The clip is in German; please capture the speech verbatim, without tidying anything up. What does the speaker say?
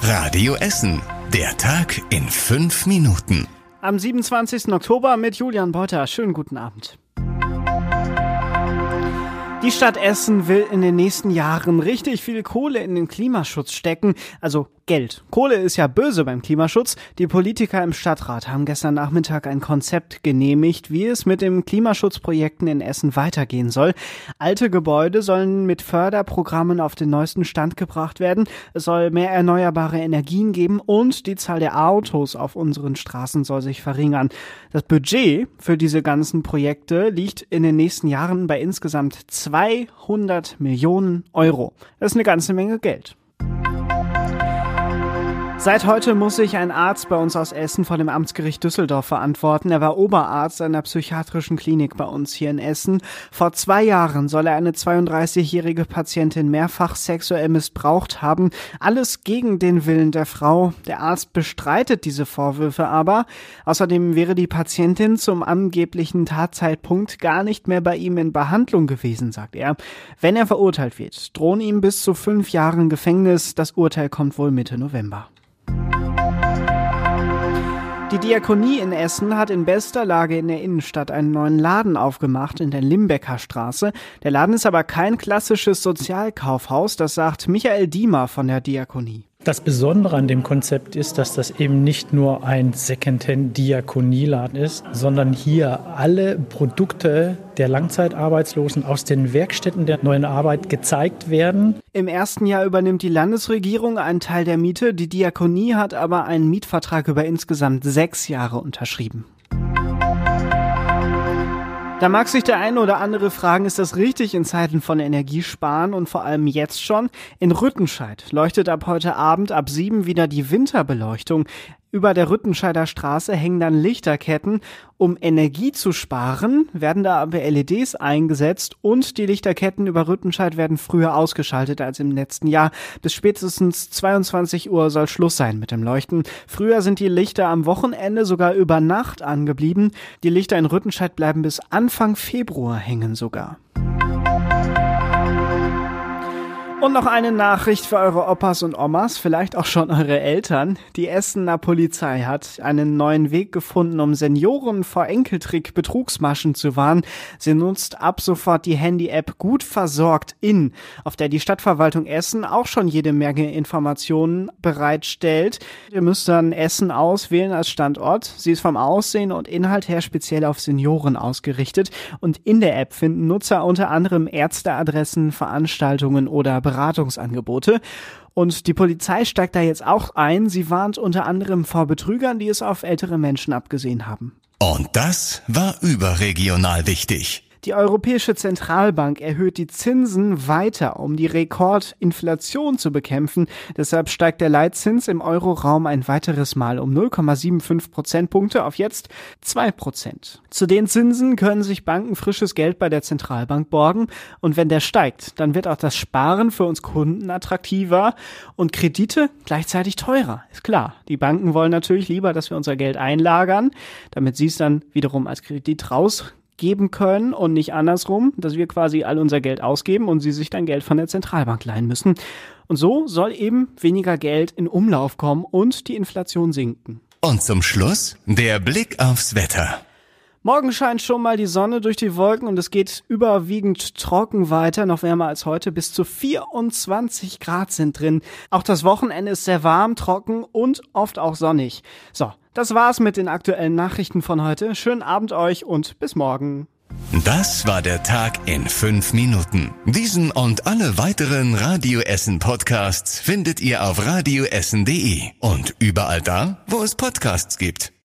Radio Essen. Der Tag in fünf Minuten. Am siebenundzwanzigsten Oktober mit Julian Beuter. Schönen guten Abend. Die Stadt Essen will in den nächsten Jahren richtig viel Kohle in den Klimaschutz stecken, also Geld. Kohle ist ja böse beim Klimaschutz. Die Politiker im Stadtrat haben gestern Nachmittag ein Konzept genehmigt, wie es mit den Klimaschutzprojekten in Essen weitergehen soll. Alte Gebäude sollen mit Förderprogrammen auf den neuesten Stand gebracht werden. Es soll mehr erneuerbare Energien geben und die Zahl der Autos auf unseren Straßen soll sich verringern. Das Budget für diese ganzen Projekte liegt in den nächsten Jahren bei insgesamt zweihundert Millionen Euro. Das ist eine ganze Menge Geld. Seit heute muss sich ein Arzt bei uns aus Essen vor dem Amtsgericht Düsseldorf verantworten. Er war Oberarzt einer psychiatrischen Klinik bei uns hier in Essen. Vor zwei Jahren soll er eine zweiunddreißigjährige Patientin mehrfach sexuell missbraucht haben. Alles gegen den Willen der Frau. Der Arzt bestreitet diese Vorwürfe aber. Außerdem wäre die Patientin zum angeblichen Tatzeitpunkt gar nicht mehr bei ihm in Behandlung gewesen, sagt er. Wenn er verurteilt wird, drohen ihm bis zu fünf Jahren Gefängnis. Das Urteil kommt wohl Mitte November. Die Diakonie in Essen hat in bester Lage in der Innenstadt einen neuen Laden aufgemacht in der Limbecker Straße. Der Laden ist aber kein klassisches Sozialkaufhaus, das sagt Michael Diemer von der Diakonie. Das Besondere an dem Konzept ist, dass das eben nicht nur ein Secondhand-Diakonieladen ist, sondern hier alle Produkte der Langzeitarbeitslosen aus den Werkstätten der neuen Arbeit gezeigt werden. Im ersten Jahr übernimmt die Landesregierung einen Teil der Miete. Die Diakonie hat aber einen Mietvertrag über insgesamt sechs Jahre unterschrieben. Da mag sich der eine oder andere fragen, ist das richtig in Zeiten von Energiesparen und vor allem jetzt schon? In Rüttenscheid leuchtet ab heute Abend ab sieben wieder die Winterbeleuchtung. Über der Rüttenscheider Straße hängen dann Lichterketten. Um Energie zu sparen, werden da aber L E Ds eingesetzt und die Lichterketten über Rüttenscheid werden früher ausgeschaltet als im letzten Jahr. Bis spätestens zweiundzwanzig Uhr soll Schluss sein mit dem Leuchten. Früher sind die Lichter am Wochenende sogar über Nacht angeblieben. Die Lichter in Rüttenscheid bleiben bis Anfang Februar hängen sogar. Und noch eine Nachricht für eure Opas und Omas, vielleicht auch schon eure Eltern. Die Essener Polizei hat einen neuen Weg gefunden, um Senioren vor Enkeltrick-Betrugsmaschen zu warnen. Sie nutzt ab sofort die Handy-App Gut versorgt in, auf der die Stadtverwaltung Essen auch schon jede Menge Informationen bereitstellt. Ihr müsst dann Essen auswählen als Standort. Sie ist vom Aussehen und Inhalt her speziell auf Senioren ausgerichtet. Und in der App finden Nutzer unter anderem Ärzteadressen, Veranstaltungen oder Beratungsangebote. Und die Polizei steigt da jetzt auch ein. Sie warnt unter anderem vor Betrügern, die es auf ältere Menschen abgesehen haben. Und das war überregional wichtig. Die Europäische Zentralbank erhöht die Zinsen weiter, um die Rekordinflation zu bekämpfen. Deshalb steigt der Leitzins im Euroraum ein weiteres Mal um null Komma fünfundsiebzig Prozentpunkte auf jetzt zwei Prozent. Zu den Zinsen können sich Banken frisches Geld bei der Zentralbank borgen. Und wenn der steigt, dann wird auch das Sparen für uns Kunden attraktiver und Kredite gleichzeitig teurer. Ist klar, die Banken wollen natürlich lieber, dass wir unser Geld einlagern, damit sie es dann wiederum als Kredit raus geben können und nicht andersrum, dass wir quasi all unser Geld ausgeben und sie sich dann Geld von der Zentralbank leihen müssen. Und so soll eben weniger Geld in Umlauf kommen und die Inflation sinken. Und zum Schluss der Blick aufs Wetter. Morgen scheint schon mal die Sonne durch die Wolken und es geht überwiegend trocken weiter, noch wärmer als heute. Bis zu vierundzwanzig Grad sind drin. Auch das Wochenende ist sehr warm, trocken und oft auch sonnig. So, das war's mit den aktuellen Nachrichten von heute. Schönen Abend euch und bis morgen. Das war der Tag in fünf Minuten. Diesen und alle weiteren Radio Essen Podcasts findet ihr auf radioessen punkt de und überall da, wo es Podcasts gibt.